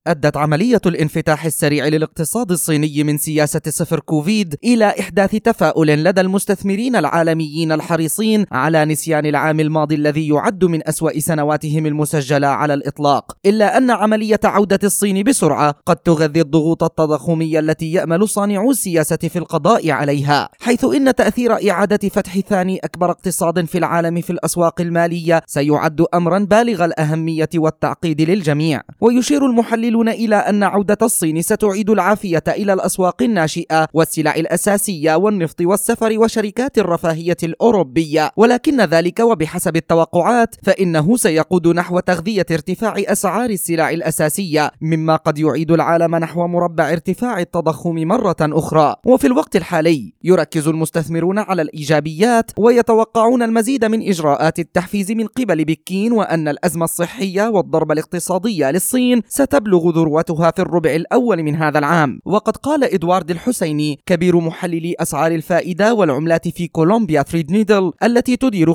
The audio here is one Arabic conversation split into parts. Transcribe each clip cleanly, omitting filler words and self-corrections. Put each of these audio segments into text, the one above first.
أدت عملية الانفتاح السريع للاقتصاد الصيني من سياسة صفر كوفيد إلى إحداث تفاؤل لدى المستثمرين العالميين الحريصين على نسيان العام الماضي الذي يعد من أسوأ سنواتهم المسجلة على الإطلاق، إلا أن عملية عودة الصين بسرعة قد تغذي الضغوط التضخمية التي يأمل صانعو السياسة في القضاء عليها، حيث إن تأثير إعادة فتح ثاني أكبر اقتصاد في العالم في الأسواق المالية سيعد أمرا بالغ الأهمية والتعقيد للجميع. ويشير المحللون إلى أن عودة الصين ستعيد العافية إلى الأسواق الناشئة والسلع الأساسية والنفط والسفر وشركات الرفاهية الأوروبية، ولكن ذلك وبحسب التوقعات فإنه سيقود نحو تغذية ارتفاع أسعار السلع الأساسية، مما قد يعيد العالم نحو مربع ارتفاع التضخم مرة أخرى. وفي الوقت الحالي يركز المستثمرون على الإيجابيات ويتوقعون المزيد من إجراءات التحفيز من قبل بكين، وأن الأزمة الصحية والضربة الاقتصادية للصين ستبلغ ذروتها في الربع الأول من هذا العام. وقد قال إدوارد الحسيني كبير محللي أسعار الفائدة والعملات في كولومبيا تريد نيدل التي تدير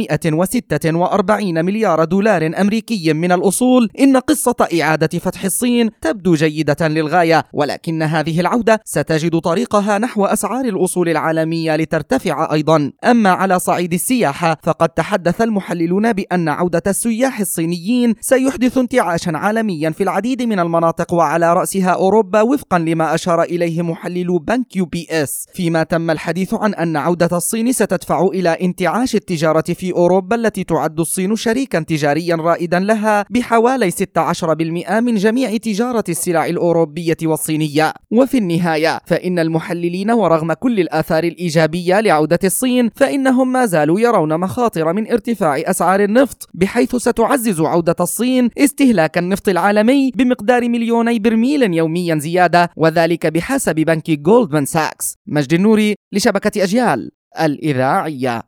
546 مليار دولار أمريكي من الأصول، إن قصة إعادة فتح الصين تبدو جيدة للغاية، ولكن هذه العودة ستجد طريقها نحو أسعار الأصول العالمية لترتفع أيضا. أما على صعيد السياحة فقد تحدث المحللون بأن عودة السياح الصينيين سيحدث انتعاشا عالميا في العديد من المناطق وعلى رأسها أوروبا، وفقا لما أشار إليه محلل بنك UBS، فيما تم الحديث عن أن عودة الصين ستدفع إلى انتعاش التجارة في أوروبا التي تعد الصين شريكا تجاريا رائدا لها بحوالي 16% من جميع تجارة السلع الأوروبية والصينية. وفي النهاية فإن المحللين ورغم كل الآثار الإيجابية لعودة الصين فإنهم ما زالوا يرون مخاطر من ارتفاع أسعار النفط، بحيث ستعزز عودة الصين استهلاك النفط العالمي بمقدار 2,000,000 برميل يوميا زيادة، وذلك بحسب بنك جولدمان ساكس. مجد النوري لشبكة أجيال الإذاعية.